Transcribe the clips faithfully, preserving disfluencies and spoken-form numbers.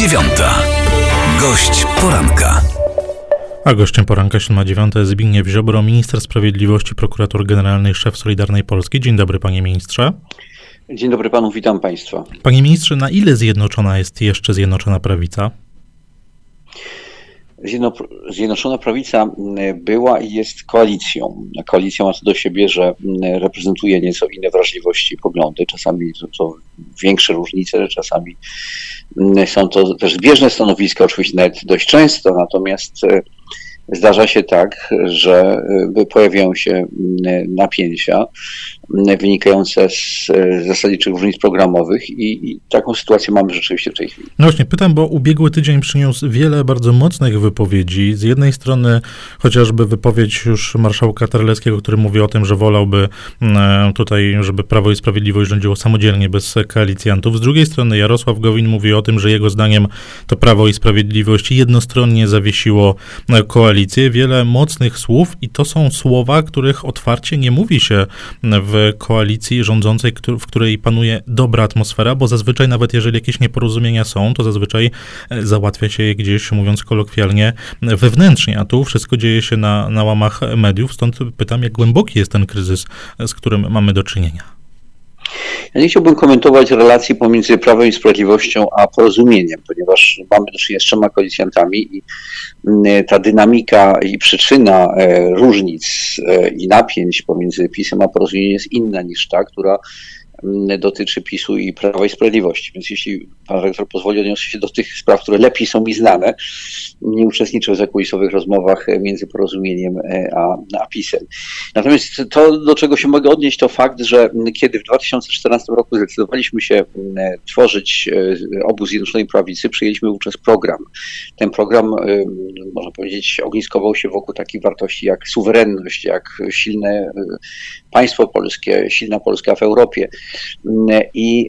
dziewiąta. Gość poranka. A gościem poranka siódma dziewiąta jest Zbigniew Ziobro, minister sprawiedliwości, prokurator generalny, szef Solidarnej Polski. Dzień dobry, panie ministrze. Dzień dobry panu, witam państwa. Panie ministrze, na ile zjednoczona jest jeszcze Zjednoczona Prawica? Zjednoczona Prawica była i jest koalicją. Koalicja ma to do siebie, że reprezentuje nieco inne wrażliwości i poglądy. Czasami to, to większe różnice, czasami są to też zbieżne stanowiska, oczywiście nawet dość często, natomiast zdarza się tak, że pojawiają się napięcia wynikające z zasadniczych różnic programowych i, i taką sytuację mamy rzeczywiście w tej chwili. No właśnie, pytam, bo ubiegły tydzień przyniósł wiele bardzo mocnych wypowiedzi. Z jednej strony chociażby wypowiedź już marszałka Terleckiego, który mówi o tym, że wolałby tutaj, żeby Prawo i Sprawiedliwość rządziło samodzielnie, bez koalicjantów. Z drugiej strony Jarosław Gowin mówi o tym, że jego zdaniem to Prawo i Sprawiedliwość jednostronnie zawiesiło koalicję. Wiele mocnych słów i to są słowa, których otwarcie nie mówi się w koalicji rządzącej, w której panuje dobra atmosfera, bo zazwyczaj nawet jeżeli jakieś nieporozumienia są, to zazwyczaj załatwia się je gdzieś, mówiąc kolokwialnie, wewnętrznie, a tu wszystko dzieje się na, na łamach mediów, stąd pytam, jak głęboki jest ten kryzys, z którym mamy do czynienia. Ja nie chciałbym komentować relacji pomiędzy Prawem i Sprawiedliwością a Porozumieniem, ponieważ mamy do czynienia z trzema koalicjantami i ta dynamika i przyczyna różnic i napięć pomiędzy PiS-em a Porozumieniem jest inna niż ta, która dotyczy PiS-u i Prawa i Sprawiedliwości. Więc jeśli pan rektor pozwoli, odniosę się do tych spraw, które lepiej są mi znane. Nie uczestniczę w zakulisowych rozmowach między Porozumieniem a, a PiS-em. Natomiast to, do czego się mogę odnieść, to fakt, że kiedy w dwa tysiące czternastym roku zdecydowaliśmy się tworzyć obóz Zjednoczonej Prawicy, przyjęliśmy wówczas program. Ten program, można powiedzieć, ogniskował się wokół takich wartości jak suwerenność, jak silne państwo polskie, silna Polska w Europie. I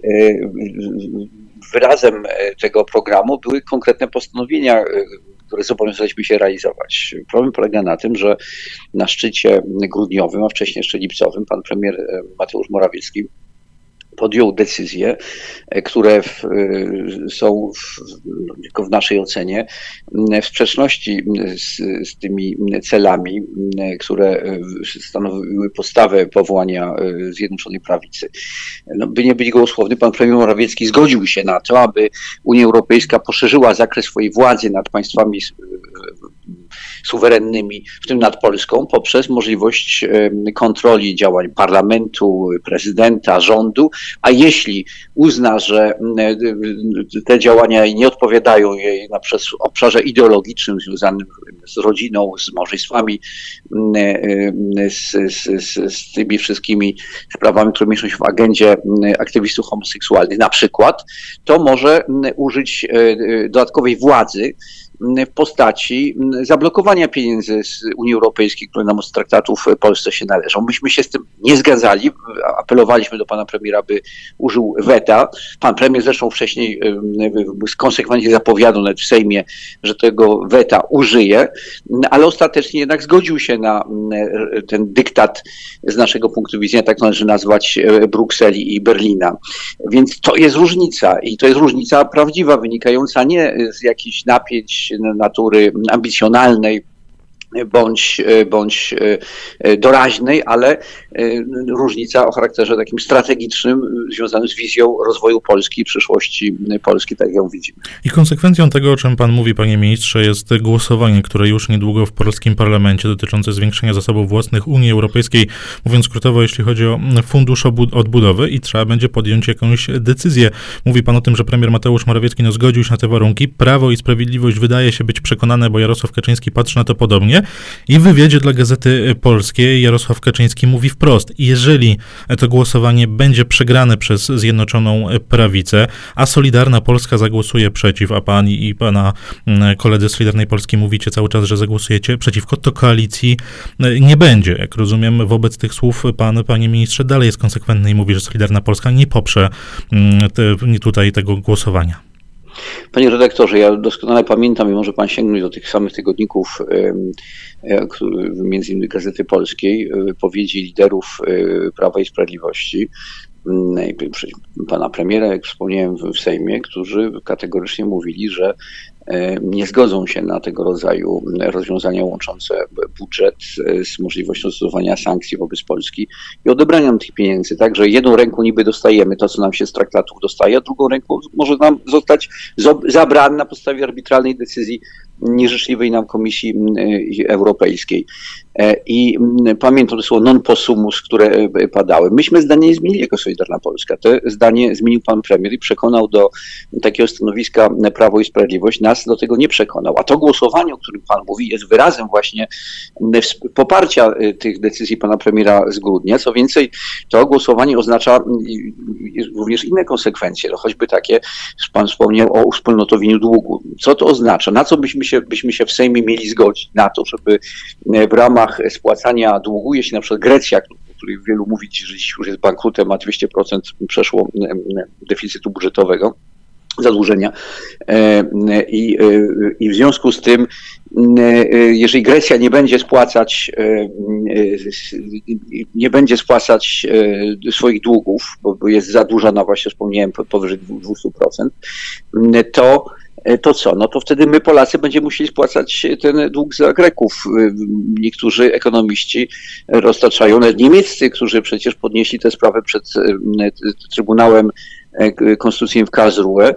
wyrazem tego programu były konkretne postanowienia, które zobowiązaliśmy się realizować. Problem polega na tym, że na szczycie grudniowym, a wcześniej jeszcze lipcowym, pan premier Mateusz Morawiecki podjął decyzje, które w, są w, tylko w naszej ocenie w sprzeczności z, z tymi celami, które stanowiły podstawę powołania Zjednoczonej Prawicy. No, by nie być gołosłowny, pan premier Morawiecki zgodził się na to, aby Unia Europejska poszerzyła zakres swojej władzy nad państwami suwerennymi, w tym nad Polską, poprzez możliwość kontroli działań parlamentu, prezydenta, rządu, a jeśli uzna, że te działania nie odpowiadają jej na obszarze ideologicznym związanym z rodziną, z małżeństwami, z, z, z, z tymi wszystkimi sprawami, które mieszczą się w agendzie aktywistów homoseksualnych na przykład, to może użyć dodatkowej władzy w postaci zablokowania pieniędzy z Unii Europejskiej, które nam z traktatów Polsce się należą. Myśmy się z tym nie zgadzali, apelowaliśmy do pana premiera, by użył weta. Pan premier zresztą wcześniej konsekwentnie zapowiadał nawet w Sejmie, że tego weta użyje, ale ostatecznie jednak zgodził się na ten dyktat z naszego punktu widzenia, tak należy nazwać, Brukseli i Berlina. Więc to jest różnica i to jest różnica prawdziwa, wynikająca nie z jakichś napięć natury ambicjonalnej bądź, bądź doraźnej, ale różnica o charakterze takim strategicznym, związanym z wizją rozwoju Polski i przyszłości Polski, tak jak ją widzimy. I konsekwencją tego, o czym pan mówi, panie ministrze, jest głosowanie, które już niedługo w polskim parlamencie dotyczące zwiększenia zasobów własnych Unii Europejskiej, mówiąc skrótowo, jeśli chodzi o fundusz odbudowy i trzeba będzie podjąć jakąś decyzję. Mówi pan o tym, że premier Mateusz Morawiecki no, zgodził się na te warunki. Prawo i Sprawiedliwość wydaje się być przekonane, bo Jarosław Kaczyński patrzy na to podobnie. I w wywiadzie dla Gazety Polskiej Jarosław Kaczyński mówi wprost, jeżeli to głosowanie będzie przegrane przez Zjednoczoną Prawicę, a Solidarna Polska zagłosuje przeciw, a pan i pana koledzy z Solidarnej Polski mówicie cały czas, że zagłosujecie przeciwko, to koalicji nie będzie. Jak rozumiem, wobec tych słów pan, panie ministrze, dalej jest konsekwentny i mówi, że Solidarna Polska nie poprze te, tutaj tego głosowania. Panie redaktorze, ja doskonale pamiętam i może pan sięgnąć do tych samych tygodników, między innymi Gazety Polskiej, wypowiedzi liderów Prawa i Sprawiedliwości, pana premiera, jak wspomniałem w Sejmie, którzy kategorycznie mówili, że nie zgodzą się na tego rodzaju rozwiązania łączące budżet z możliwością stosowania sankcji wobec Polski i odebrania nam tych pieniędzy. Także jedną ręką niby dostajemy to, co nam się z traktatów dostaje, a drugą ręką może nam zostać zabrane na podstawie arbitralnej decyzji nieżyczliwej nam Komisji Europejskiej. I pamiętam to słowo non possumus, które padały. Myśmy zdanie nie zmienili jako Solidarna Polska. To zdanie zmienił pan premier i przekonał do takiego stanowiska Prawo i Sprawiedliwość. Nas do tego nie przekonał. A to głosowanie, o którym pan mówi, jest wyrazem właśnie poparcia tych decyzji pana premiera z grudnia. Co więcej, to głosowanie oznacza również inne konsekwencje, no choćby takie, pan wspomniał o uwspólnotowieniu długu. Co to oznacza? Na co byśmy się, byśmy się w Sejmie mieli zgodzić? Na to, żeby w ramach spłacania długu, jeśli na przykład Grecja, o której wielu mówi, że dziś już jest bankrutem, a dwieście procent przeszło deficytu budżetowego, zadłużenia. I, I w związku z tym, jeżeli Grecja nie będzie spłacać, nie będzie spłacać swoich długów, bo jest zadłużona, właśnie wspomniałem, powyżej dwieście procent, to to co? No to wtedy my Polacy będziemy musieli spłacać ten dług za Greków. Niektórzy ekonomiści roztaczają, nawet niemieccy, którzy przecież podnieśli tę sprawę przed Trybunałem Konstytucyjnym w Karlsruhe,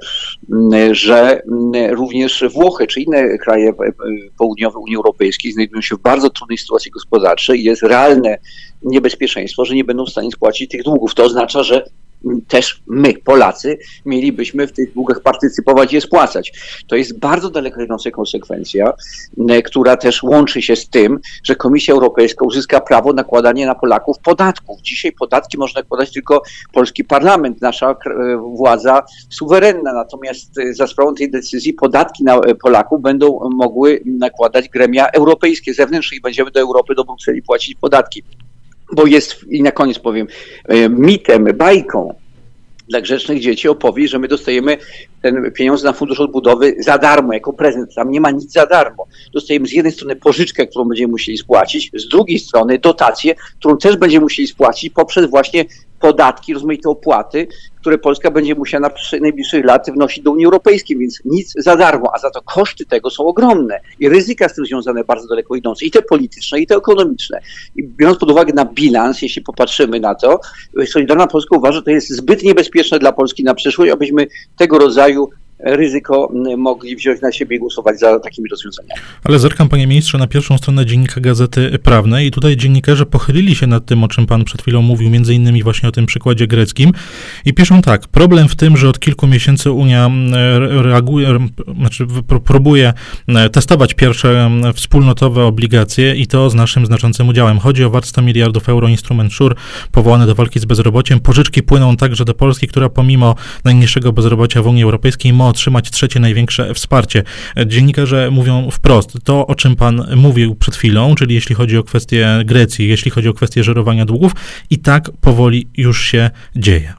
że również Włochy czy inne kraje południowe Unii Europejskiej znajdują się w bardzo trudnej sytuacji gospodarczej i jest realne niebezpieczeństwo, że nie będą w stanie spłacić tych długów. To oznacza, że też my, Polacy, mielibyśmy w tych długach partycypować i je spłacać. To jest bardzo daleko idąca konsekwencja, która też łączy się z tym, że Komisja Europejska uzyska prawo nakładania na Polaków podatków. Dzisiaj podatki można nakładać tylko polski parlament, nasza władza suwerenna, natomiast za sprawą tej decyzji podatki na Polaków będą mogły nakładać gremia europejskie, zewnętrzne i będziemy do Europy, do Brukseli płacić podatki. Bo jest, i na koniec powiem, mitem, bajką dla grzecznych dzieci opowieść, że my dostajemy ten pieniądze na Fundusz Odbudowy za darmo, jako prezent. Tam nie ma nic za darmo. Dostajemy z jednej strony pożyczkę, którą będziemy musieli spłacić, z drugiej strony dotację, którą też będziemy musieli spłacić poprzez właśnie podatki, rozmaite opłaty, które Polska będzie musiała na najbliższych lat wnosić do Unii Europejskiej, więc nic za darmo, a za to koszty tego są ogromne i ryzyka z tym związane bardzo daleko idące, i te polityczne, i te ekonomiczne. I biorąc pod uwagę na bilans, jeśli popatrzymy na to, Solidarna Polska uważa, że to jest zbyt niebezpieczne dla Polski na przyszłość, abyśmy tego rodzaju ryzyko mogli wziąć na siebie i głosować za takimi rozwiązaniami. Ale zerkam, panie ministrze, na pierwszą stronę dziennika Gazety Prawnej i tutaj dziennikarze pochylili się nad tym, o czym pan przed chwilą mówił, między innymi właśnie o tym przykładzie greckim i piszą tak: problem w tym, że od kilku miesięcy Unia reaguje, znaczy próbuje testować pierwsze wspólnotowe obligacje i to z naszym znaczącym udziałem. Chodzi o wart sto miliardów euro, instrument SURE powołany do walki z bezrobociem. Pożyczki płyną także do Polski, która pomimo najniższego bezrobocia w Unii Europejskiej ma otrzymać trzecie największe wsparcie. Dziennikarze mówią wprost to, o czym pan mówił przed chwilą, czyli jeśli chodzi o kwestię Grecji, jeśli chodzi o kwestię żerowania długów, i tak powoli już się dzieje.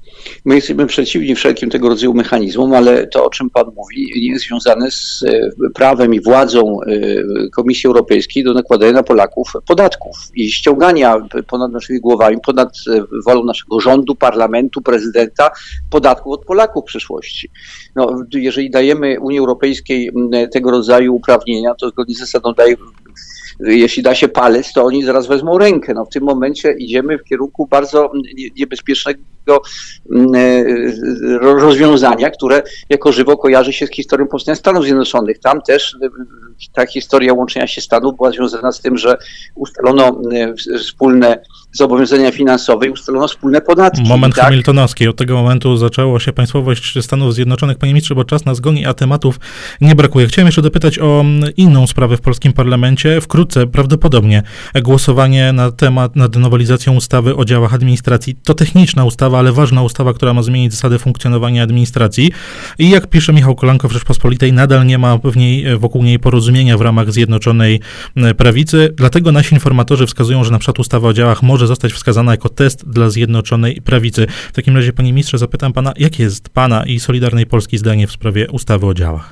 My jesteśmy przeciwni wszelkim tego rodzaju mechanizmom, ale to, o czym pan mówi, jest związane z prawem i władzą Komisji Europejskiej do nakładania na Polaków podatków i ściągania ponad naszymi głowami, ponad wolą naszego rządu, parlamentu, prezydenta podatków od Polaków w przyszłości. No, jeżeli dajemy Unii Europejskiej tego rodzaju uprawnienia, to zgodnie z zasadą daje, jeśli da się palec, to oni zaraz wezmą rękę. No, w tym momencie idziemy w kierunku bardzo niebezpiecznego rozwiązania, które jako żywo kojarzy się z historią powstania Stanów Zjednoczonych. Tam też ta historia łączenia się Stanów była związana z tym, że ustalono wspólne zobowiązania finansowe i ustalono wspólne podatki. Moment tak? hamiltonowski. Od tego momentu zaczęło się państwowość Stanów Zjednoczonych. Panie ministrze, bo czas nas goni, a tematów nie brakuje. Chciałem jeszcze dopytać o inną sprawę w polskim parlamencie. Wkrótce prawdopodobnie głosowanie na temat, nad nowelizacją ustawy o działach administracji. To techniczna ustawa, ale ważna ustawa, która ma zmienić zasady funkcjonowania administracji. I jak pisze Michał Kolanko w Rzeczpospolitej, nadal nie ma w niej, wokół niej porozumienia w ramach Zjednoczonej Prawicy. Dlatego nasi informatorzy wskazują, że na przykład ustawa o działach może zostać wskazana jako test dla Zjednoczonej Prawicy. W takim razie, panie ministrze, zapytam pana, jakie jest pana i Solidarnej Polski zdanie w sprawie ustawy o działach?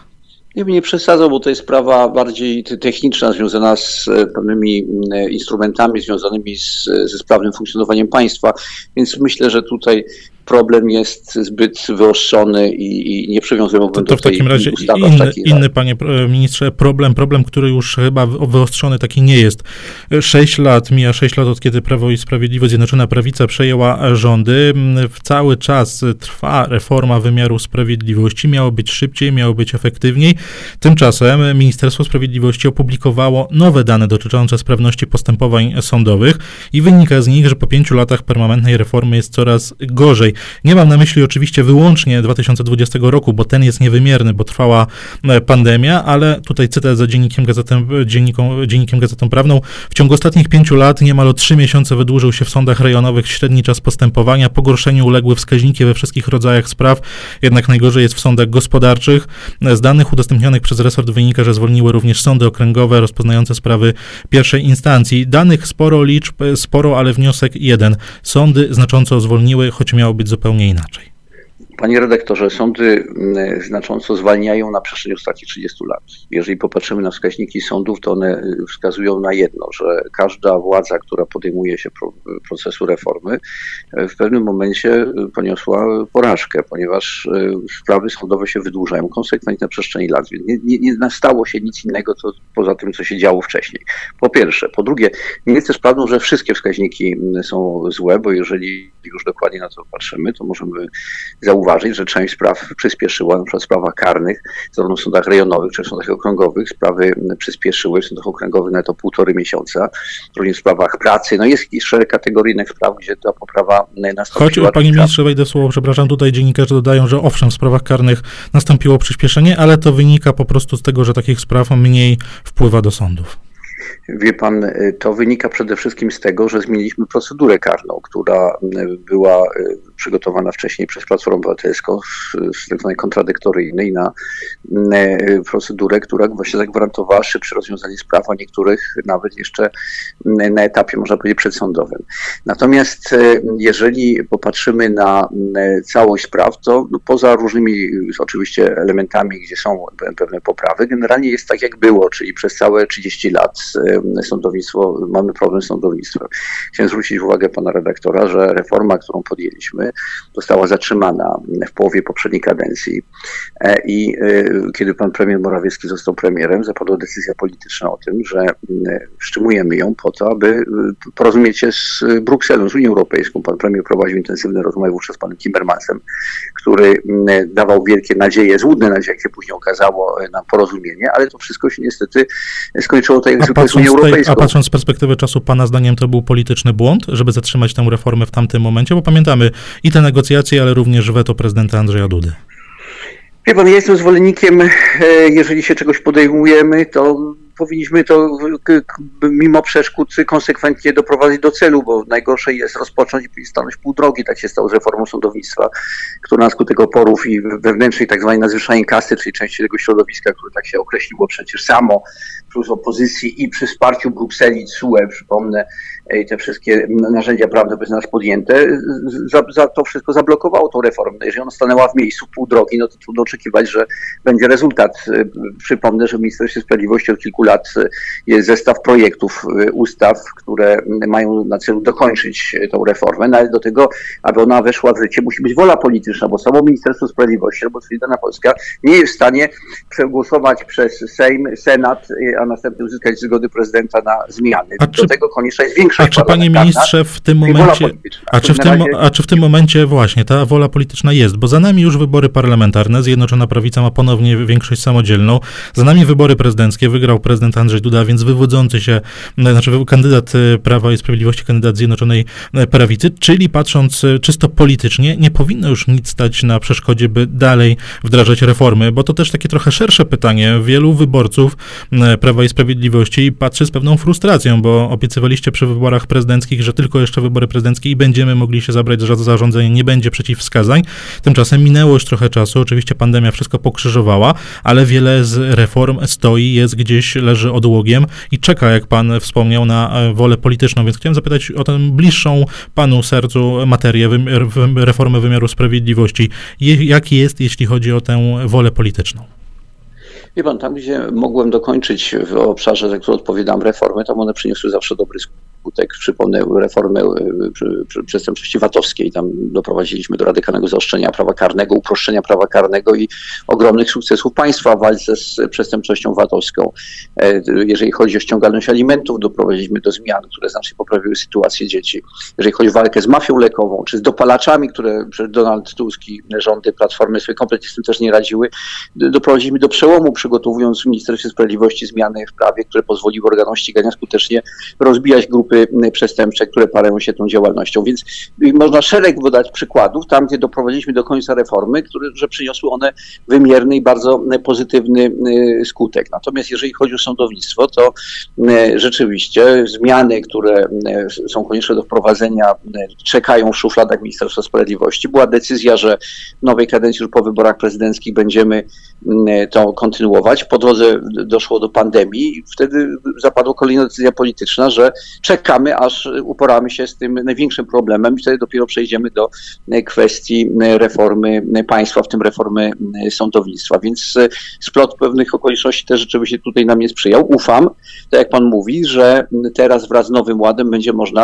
Ja bym nie przesadzał, bo to jest sprawa bardziej techniczna, związana z pewnymi instrumentami związanymi z, ze sprawnym funkcjonowaniem państwa, więc myślę, że tutaj problem jest zbyt wyostrzony i, i nie przywiązujemy to, to do tej w takim razie ustawy. Inny, inny, panie ministrze, problem, problem, który już chyba wyostrzony taki nie jest. Sześć lat, mija sześć lat od kiedy Prawo i Sprawiedliwość, Zjednoczona Prawica przejęła rządy. Cały czas trwa reforma wymiaru sprawiedliwości. Miało być szybciej, miało być efektywniej. Tymczasem Ministerstwo Sprawiedliwości opublikowało nowe dane dotyczące sprawności postępowań sądowych i wynika z nich, że po pięciu latach permanentnej reformy jest coraz gorzej. Nie mam na myśli oczywiście wyłącznie dwa tysiące dwudziestego roku, bo ten jest niewymierny, bo trwała pandemia, ale tutaj cytat za dziennikiem gazetą, dzienniką, dziennikiem Gazetą Prawną. W ciągu ostatnich pięciu lat niemal o trzy miesiące wydłużył się w sądach rejonowych średni czas postępowania. Pogorszeniu uległy wskaźniki we wszystkich rodzajach spraw, jednak najgorzej jest w sądach gospodarczych. Z danych udostępnionych przez resort wynika, że zwolniły również sądy okręgowe rozpoznające sprawy pierwszej instancji. Danych sporo, liczb sporo, ale wniosek jeden. Sądy znacząco zwolniły, choć miało być zupełnie inaczej. Panie redaktorze, sądy znacząco zwalniają na przestrzeni ostatnich trzydziestu lat. Jeżeli popatrzymy na wskaźniki sądów, to one wskazują na jedno, że każda władza, która podejmuje się procesu reformy, w pewnym momencie poniosła porażkę, ponieważ sprawy sądowe się wydłużają konsekwentnie na przestrzeni lat. Nie, nie, nie nastało się nic innego co, poza tym, co się działo wcześniej. Po pierwsze. Po drugie, nie jest też prawdą, że wszystkie wskaźniki są złe, bo jeżeli już dokładnie na to patrzymy, to możemy zauważyć, że część spraw przyspieszyła, na przykład w sprawach karnych, zarówno w sądach rejonowych, czy w sądach okręgowych, sprawy przyspieszyły w sądach okręgowych na to półtory miesiąca, również w sprawach pracy. No jest szereg kategoryjnych spraw, gdzie ta poprawa nastąpiła. Choć, panie ministrze, wejdę w słowo, przepraszam, tutaj dziennikarze dodają, że owszem, w sprawach karnych nastąpiło przyspieszenie, ale to wynika po prostu z tego, że takich spraw mniej wpływa do sądów. Wie pan, to wynika przede wszystkim z tego, że zmieniliśmy procedurę karną, która była przygotowana wcześniej przez Platformę Obywatelską z tak zwanej kontradyktoryjnej na procedurę, która właśnie zagwarantowała szybsze rozwiązanie spraw, a niektórych nawet jeszcze na etapie, można powiedzieć, przedsądowym. Natomiast jeżeli popatrzymy na całość spraw, to no, poza różnymi oczywiście elementami, gdzie są pewne poprawy, generalnie jest tak jak było, czyli przez całe trzydzieści lat sądownictwo, mamy problem z sądownictwem. Chciałem zwrócić uwagę pana redaktora, że reforma, którą podjęliśmy, została zatrzymana w połowie poprzedniej kadencji i kiedy pan premier Morawiecki został premierem, zapadła decyzja polityczna o tym, że wstrzymujemy ją po to, aby porozumieć się z Brukselą, z Unią Europejską. Pan premier prowadził intensywne rozmowy wówczas z panem Timmermansem, który dawał wielkie nadzieje, złudne nadzieje, jak się później okazało, na porozumienie, ale to wszystko się niestety skończyło tak jak zwykle z Unią Europejską. A patrząc z perspektywy czasu, pana zdaniem to był polityczny błąd, żeby zatrzymać tę reformę w tamtym momencie? Bo pamiętamy i te negocjacje, ale również weto prezydenta Andrzeja Dudy. Wie pan, ja jestem zwolennikiem, jeżeli się czegoś podejmujemy, to powinniśmy to mimo przeszkód konsekwentnie doprowadzić do celu, bo najgorsze jest rozpocząć i stanąć pół drogi. Tak się stało z reformą sądownictwa, która na skutek oporów i wewnętrznej tak zwanej nadzwyczajnej kasy, czyli części tego środowiska, które tak się określiło przecież samo, plus opozycji i przy wsparciu Brukseli, C U E, przypomnę, i te wszystkie narzędzia prawne przez nas podjęte, za, za to wszystko zablokowało tą reformę. Jeżeli ona stanęła w miejscu pół drogi, no to trudno oczekiwać, że będzie rezultat. Przypomnę, że w Ministerstwie Sprawiedliwości od kilku lat jest zestaw projektów, ustaw, które mają na celu dokończyć tą reformę, no ale do tego, aby ona weszła w życie, musi być wola polityczna, bo samo Ministerstwo Sprawiedliwości albo Solidarna Polska nie jest w stanie przegłosować przez Sejm, Senat, a następnie uzyskać zgody prezydenta na zmiany. A do czy, tego konieczna jest większość a czy panie ministrze w tym momencie, a czy w tym, a czy w tym momencie właśnie ta wola polityczna jest, bo za nami już wybory parlamentarne, Zjednoczona Prawica ma ponownie większość samodzielną, za nami wybory prezydenckie, wygrał prezydent Andrzej Duda, więc wywodzący się, znaczy kandydat Prawa i Sprawiedliwości, kandydat Zjednoczonej Prawicy, czyli patrząc czysto politycznie, nie powinno już nic stać na przeszkodzie, by dalej wdrażać reformy, bo to też takie trochę szersze pytanie. Wielu wyborców Prawa i Sprawiedliwości patrzy z pewną frustracją, bo obiecywaliście przy wyborach prezydenckich, że tylko jeszcze wybory prezydenckie i będziemy mogli się zabrać za zarządzanie, nie będzie przeciwwskazań. Tymczasem minęło już trochę czasu, oczywiście pandemia wszystko pokrzyżowała, ale wiele z reform stoi, jest gdzieś, leży odłogiem i czeka, jak pan wspomniał, na wolę polityczną, więc chciałem zapytać o tę bliższą panu sercu materię reformy wymiaru sprawiedliwości. Jak jest, jeśli chodzi o tę wolę polityczną? Wie pan, tam gdzie mogłem dokończyć w obszarze, za który odpowiadam, reformy, tam one przyniosły zawsze dobry skutek. Przypomnę reformę przestępczości VAT-owskiej. Tam doprowadziliśmy do radykalnego zaostrzenia prawa karnego, uproszczenia prawa karnego i ogromnych sukcesów państwa w walce z przestępczością VAT-owską. Jeżeli chodzi o ściągalność alimentów, doprowadziliśmy do zmian, które znacznie poprawiły sytuację dzieci. Jeżeli chodzi o walkę z mafią lekową, czy z dopalaczami, które Donald Tusk i rządy Platformy sobie kompletnie z tym też nie radziły, doprowadziliśmy do przełomu, przygotowując w Ministerstwie Sprawiedliwości zmiany w prawie, które pozwoliły organom ścigania skutecznie rozbijać grupy przestępcze, które parają się tą działalnością. Więc można szereg podać przykładów, tam gdzie doprowadziliśmy do końca reformy, które że przyniosły one wymierny i bardzo pozytywny skutek. Natomiast jeżeli chodzi o sądownictwo, to rzeczywiście zmiany, które są konieczne do wprowadzenia, czekają w szufladach Ministerstwa Sprawiedliwości. Była decyzja, że w nowej kadencji już po wyborach prezydenckich będziemy to kontynuować. Po drodze doszło do pandemii i wtedy zapadła kolejna decyzja polityczna, że czekamy, aż uporamy się z tym największym problemem i wtedy dopiero przejdziemy do kwestii reformy państwa, w tym reformy sądownictwa. Więc splot pewnych okoliczności też rzeczywiście tutaj nam nie sprzyjał. Ufam, tak jak pan mówi, że teraz wraz z Nowym Ładem będzie można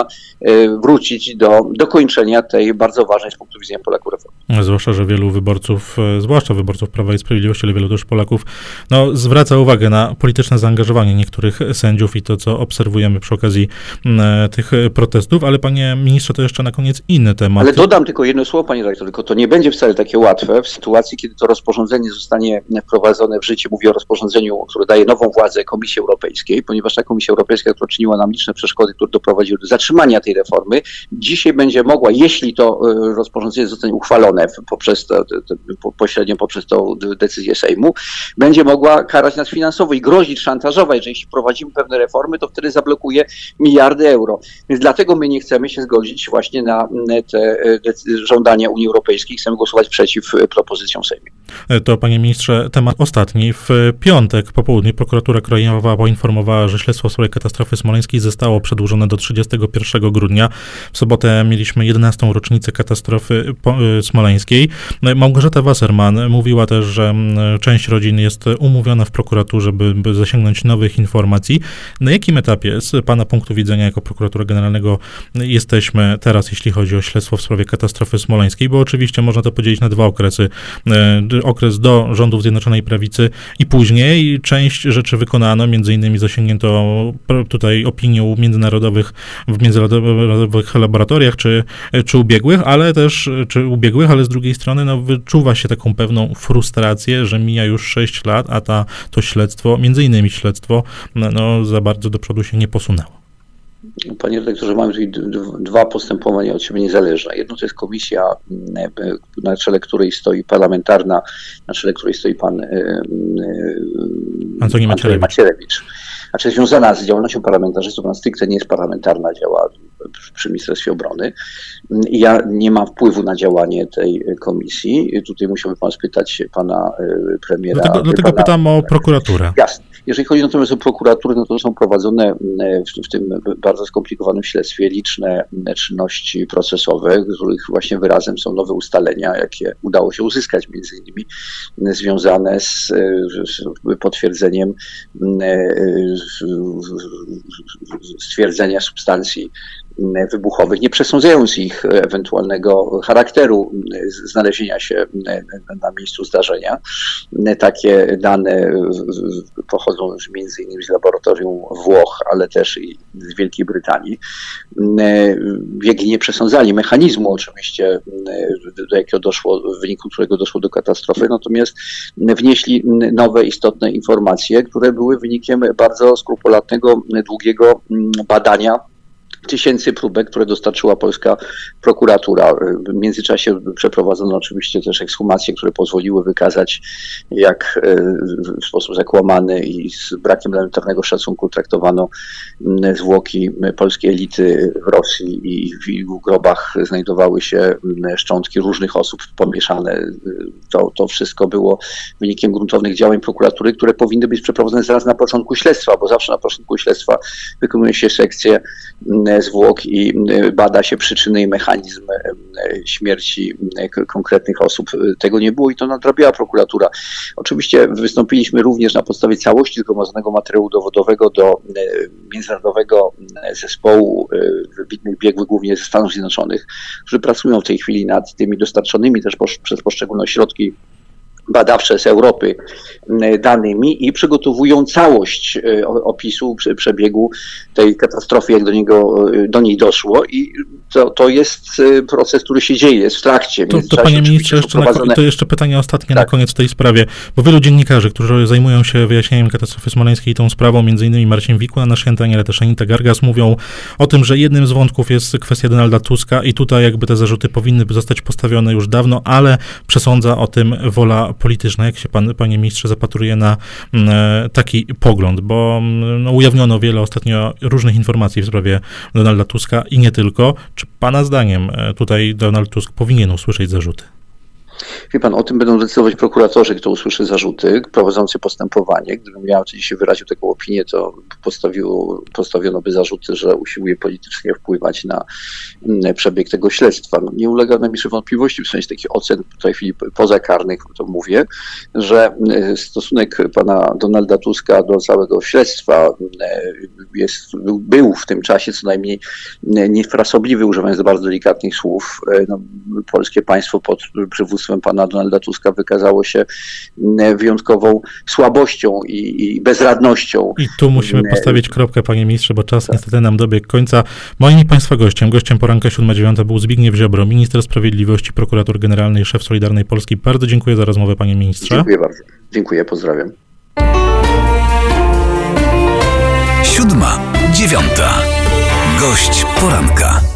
wrócić do dokończenia tej bardzo ważnej z punktu widzenia Polaków reformy. Zwłaszcza, że wielu wyborców, zwłaszcza wyborców Prawa i Sprawiedliwości, ale wielu też Polaków, no, zwraca uwagę na polityczne zaangażowanie niektórych sędziów i to, co obserwujemy przy okazji e, tych protestów, ale panie ministrze, to jeszcze na koniec inny temat. Ale dodam tylko jedno słowo, panie redaktor, tylko to nie będzie wcale takie łatwe w sytuacji, kiedy to rozporządzenie zostanie wprowadzone w życie. Mówię o rozporządzeniu, które daje nową władzę Komisji Europejskiej, ponieważ ta Komisja Europejska, która czyniła nam liczne przeszkody, które doprowadziły do zatrzymania tej reformy, dzisiaj będzie mogła, jeśli to rozporządzenie zostanie uchwalone poprzez to, to, to, pośrednio poprzez tą decyzję Sejmu, będzie mogła karać nas finansowo i grozić, szantażować, że jeśli wprowadzimy pewne reformy, to wtedy zablokuje miliardy euro. Więc dlatego my nie chcemy się zgodzić właśnie na te żądania Unii Europejskiej. Chcemy głosować przeciw propozycjom Sejmu. To, panie ministrze, temat ostatni. W piątek po południu prokuratura krajowa poinformowała, że śledztwo w sprawie katastrofy smoleńskiej zostało przedłużone do trzydziestego pierwszego grudnia. W sobotę mieliśmy jedenastą rocznicę katastrofy smoleńskiej. Małgorzata Wasserman mówiła też, że część rodzin jest umówiona w prokuraturze, by, by zasięgnąć nowych informacji. Na jakim etapie z pana punktu widzenia jako prokuratora generalnego jesteśmy teraz, jeśli chodzi o śledztwo w sprawie katastrofy smoleńskiej? Bo oczywiście można to podzielić na dwa okresy. Okres do rządów Zjednoczonej Prawicy i później część rzeczy wykonano, między innymi zasięgnięto tutaj opinią międzynarodowych w międzynarodowych laboratoriach czy, czy ubiegłych, ale też czy ubiegłych, ale z drugiej strony no, wyczuwa się taką pewną frustrację, że mija już sześć lat, a ta, to śledztwo, między innymi śledztwo, no, no za bardzo do przodu się nie posunęło. Panie redaktorze, mamy tutaj dwa postępowania od siebie niezależne. Jedno to jest komisja, na czele której stoi parlamentarna, na czele której stoi pan Antoni Macierewicz. Macierewicz. Znaczy związana z działalnością parlamentarzystów, ona stricte nie jest parlamentarna, działa przy Ministerstwie Obrony. I ja nie mam wpływu na działanie tej komisji. Tutaj musiałby pan spytać pana premiera. Dlatego, dlatego pana, pytam o prokuraturę. Jasne. Jeżeli chodzi natomiast o prokuratury, no to są prowadzone w, w tym bardzo skomplikowanym śledztwie liczne czynności procesowe, których właśnie wyrazem są nowe ustalenia, jakie udało się uzyskać, między innymi związane z, z potwierdzeniem stwierdzenia substancji wybuchowych, nie przesądzając ich ewentualnego charakteru znalezienia się na miejscu zdarzenia. Takie dane pochodzą już między innymi z laboratorium Włoch, ale też i z Wielkiej Brytanii. Biegli nie przesądzali mechanizmu oczywiście, do jakiego doszło, w wyniku którego doszło do katastrofy, natomiast wnieśli nowe, istotne informacje, które były wynikiem bardzo skrupulatnego, długiego badania tysięcy próbek, które dostarczyła polska prokuratura. W międzyczasie przeprowadzono oczywiście też ekshumacje, które pozwoliły wykazać, jak w sposób zakłamany i z brakiem elementarnego szacunku traktowano zwłoki polskiej elity w Rosji i w ich grobach znajdowały się szczątki różnych osób pomieszane. To, to wszystko było wynikiem gruntownych działań prokuratury, które powinny być przeprowadzone zaraz na początku śledztwa, bo zawsze na początku śledztwa wykonuje się sekcję zwłok i bada się przyczyny i mechanizm śmierci konkretnych osób. Tego nie było i to nadrabiała prokuratura. Oczywiście wystąpiliśmy również na podstawie całości zgromadzonego materiału dowodowego do międzynarodowego zespołu wybitnych biegłych, głównie ze Stanów Zjednoczonych, którzy pracują w tej chwili nad tymi dostarczonymi też przez poszczególne ośrodki badawcze z Europy danymi i przygotowują całość opisu przebiegu tej katastrofy, jak do niego, do niej doszło i to, to jest proces, który się dzieje, jest w trakcie. To, to panie ministrze, jeszcze, na, to jeszcze pytanie ostatnie tak. na koniec w tej sprawie, bo wielu dziennikarzy, którzy zajmują się wyjaśnieniem katastrofy smoleńskiej i tą sprawą, między innymi Marcin Wikła, Anna Świętanie, ale też Anita Gargas, mówią o tym, że jednym z wątków jest kwestia Donalda Tuska i tutaj jakby te zarzuty powinny zostać postawione już dawno, ale przesądza o tym wola polityczna. Jak się pan, panie ministrze, zapatruje na e, taki pogląd? Bo no, ujawniono wiele ostatnio różnych informacji w sprawie Donalda Tuska i nie tylko. Czy pana zdaniem e, tutaj Donald Tusk powinien usłyszeć zarzuty? Wie pan, o tym będą decydować prokuratorzy, kto usłyszy zarzuty, prowadzący postępowanie. Gdybym miał się wyraził taką opinię, to postawiło, postawiono by zarzuty, że usiłuje politycznie wpływać na przebieg tego śledztwa. No, nie ulega najmniejszej wątpliwości, w sensie takich ocen w tej chwili pozakarnych, to mówię, że stosunek pana Donalda Tuska do całego śledztwa jest, był w tym czasie co najmniej niefrasobliwy, używając bardzo delikatnych słów. No, polskie państwo pod przywództwem pana Donalda Tuska wykazało się wyjątkową słabością i, i bezradnością. I tu musimy postawić kropkę, panie ministrze, bo czas tak. niestety nam dobiegł końca. Moim i państwa gościem, gościem poranka siódma dziewiąta był Zbigniew Ziobro, minister sprawiedliwości, prokurator generalny i szef Solidarnej Polski. Bardzo dziękuję za rozmowę, panie ministrze. Dziękuję bardzo. Dziękuję, pozdrawiam. Siódma, dziewiąta. Gość poranka.